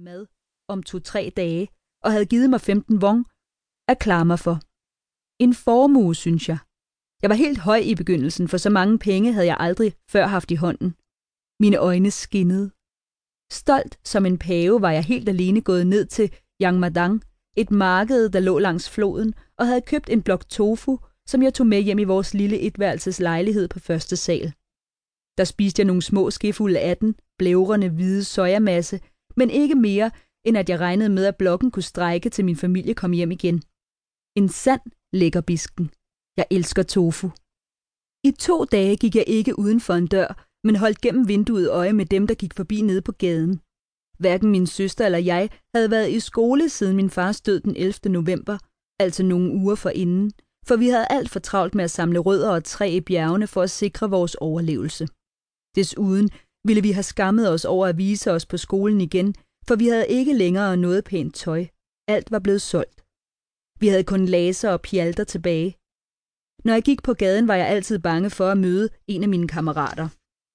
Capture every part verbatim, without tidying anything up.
mad om to-tre dage og havde givet mig femten won at klare mig for. En formue, synes jeg. Jeg var helt høj i begyndelsen, for så mange penge havde jeg aldrig før haft i hånden. Mine øjne skinnede. Stolt som en pave var jeg helt alene gået ned til Yangmadang, et marked, der lå langs floden, og havde købt en blok tofu, som jeg tog med hjem i vores lille etværelses lejlighed på første sal. Der spiste jeg nogle små skefulde af den, blævrende hvide sojamasse, men ikke mere, end at jeg regnede med, at blokken kunne strække, til min familie kom hjem igen. En sand lækkerbisken. Jeg elsker tofu. I to dage gik jeg ikke uden for en dør, men holdt gennem vinduet øje med dem, der gik forbi nede på gaden. Hverken min søster eller jeg havde været i skole siden min fars død den ellevte november, altså nogle uger forinden, for vi havde alt for travlt med at samle rødder og træ i bjergene for at sikre vores overlevelse. Desuden ville vi have skammet os over at vise os på skolen igen, for vi havde ikke længere noget pænt tøj. Alt var blevet solgt. Vi havde kun laser og pjalter tilbage. Når jeg gik på gaden, var jeg altid bange for at møde en af mine kammerater.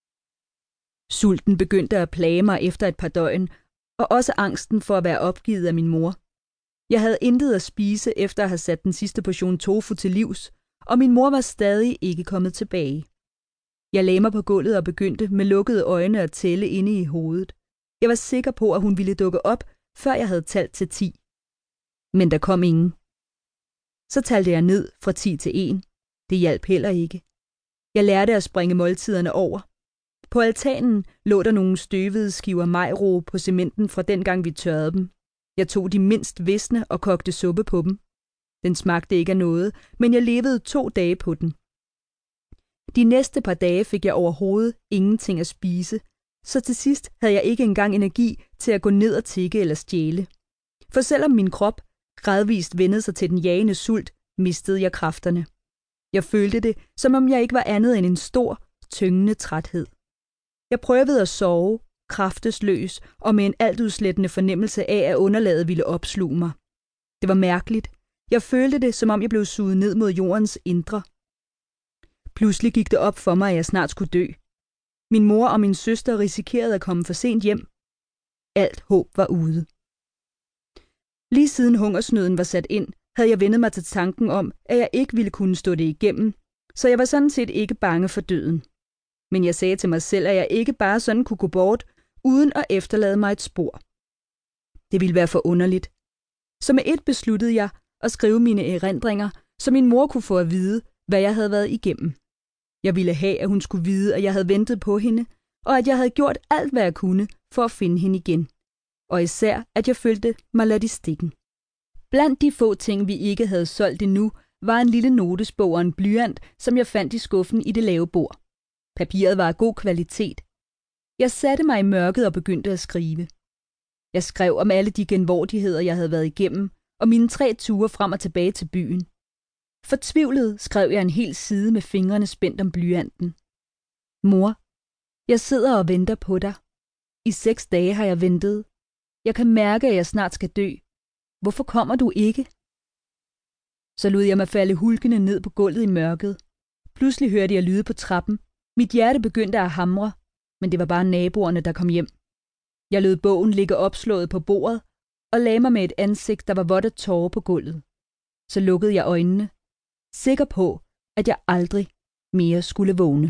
Sulten begyndte at plage mig efter et par døgn, og også angsten for at være opgivet af min mor. Jeg havde intet at spise efter at have sat den sidste portion tofu til livs, og min mor var stadig ikke kommet tilbage. Jeg lagde mig på gulvet og begyndte med lukkede øjne at tælle inde i hovedet. Jeg var sikker på, at hun ville dukke op, før jeg havde talt til ti. Men der kom ingen. Så talte jeg ned fra ti til en. Det hjalp heller ikke. Jeg lærte at springe måltiderne over. På altanen lå der nogle støvede skiver majro på cementen fra dengang vi tørrede dem. Jeg tog de mindst visne og kogte suppe på dem. Den smagte ikke af noget, men jeg levede to dage på den. De næste par dage fik jeg overhovedet ingenting at spise, så til sidst havde jeg ikke engang energi til at gå ned og tikke eller stjæle. For selvom min krop gradvist vendede sig til den jagende sult, mistede jeg kræfterne. Jeg følte det, som om jeg ikke var andet end en stor, tyngende træthed. Jeg prøvede at sove, kraftesløs og med en altudslettende fornemmelse af, at underlaget ville opsluge mig. Det var mærkeligt. Jeg følte det, som om jeg blev suget ned mod jordens indre. Pludselig gik det op for mig, at jeg snart skulle dø. Min mor og min søster risikerede at komme for sent hjem. Alt håb var ude. Lige siden hungersnøden var sat ind, havde jeg vendet mig til tanken om, at jeg ikke ville kunne stå det igennem, så jeg var sådan set ikke bange for døden. Men jeg sagde til mig selv, at jeg ikke bare sådan kunne gå bort, uden at efterlade mig et spor. Det ville være for underligt. Så med et besluttede jeg at skrive mine erindringer, så min mor kunne få at vide, hvad jeg havde været igennem. Jeg ville have, at hun skulle vide, at jeg havde ventet på hende, og at jeg havde gjort alt, hvad jeg kunne for at finde hende igen. Og især, at jeg følte mig ladt i stikken. Blandt de få ting, vi ikke havde solgt endnu, var en lille notesbog og en blyant, som jeg fandt i skuffen i det lave bord. Papiret var af god kvalitet. Jeg satte mig i mørket og begyndte at skrive. Jeg skrev om alle de genvordigheder, jeg havde været igennem, og mine tre ture frem og tilbage til byen. Fortvivlet skrev jeg en hel side med fingrene spændt om blyanten. Mor, jeg sidder og venter på dig. I seks dage har jeg ventet. Jeg kan mærke, at jeg snart skal dø. Hvorfor kommer du ikke? Så lod jeg mig falde hulkende ned på gulvet i mørket. Pludselig hørte jeg lyde på trappen. Mit hjerte begyndte at hamre, men det var bare naboerne, der kom hjem. Jeg lod bogen ligge opslået på bordet og lagde mig med et ansigt, der var vådt af tårer på gulvet. Så lukkede jeg øjnene, sikker på, at jeg aldrig mere skulle vågne.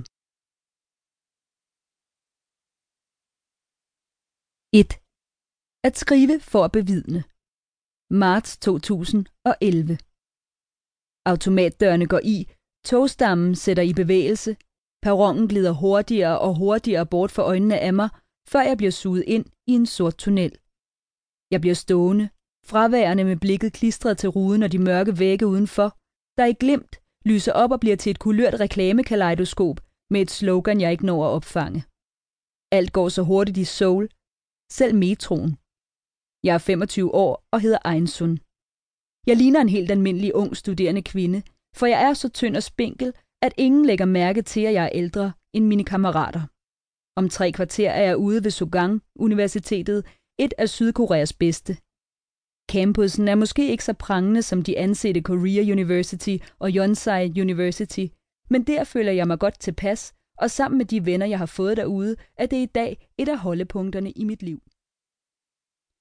et. At skrive for at bevidne. Marts to tusind og elleve. Automatdørene går i, togstammen sætter i bevægelse, perronen glider hurtigere og hurtigere bort for øjnene af mig, før jeg bliver suget ind i en sort tunnel. Jeg bliver stående, fraværende med blikket klistret til ruden og de mørke vægge udenfor, der i glimt lyser op og bliver til et kulørt reklamekaleidoskop med et slogan, jeg ikke når at opfange. Alt går så hurtigt i Seoul, selv metroen. Jeg er femogtyve år og hedder Einsun. Jeg ligner en helt almindelig ung studerende kvinde, for jeg er så tynd og spinkel, at ingen lægger mærke til, at jeg er ældre end mine kammerater. Om tre kvarter er jeg ude ved Sogang Universitetet, et af Sydkoreas bedste. Campusen er måske ikke så prangende som de ansete Korea University og Yonsei University, men der føler jeg mig godt tilpas, og sammen med de venner, jeg har fået derude, er det i dag et af holdepunkterne i mit liv.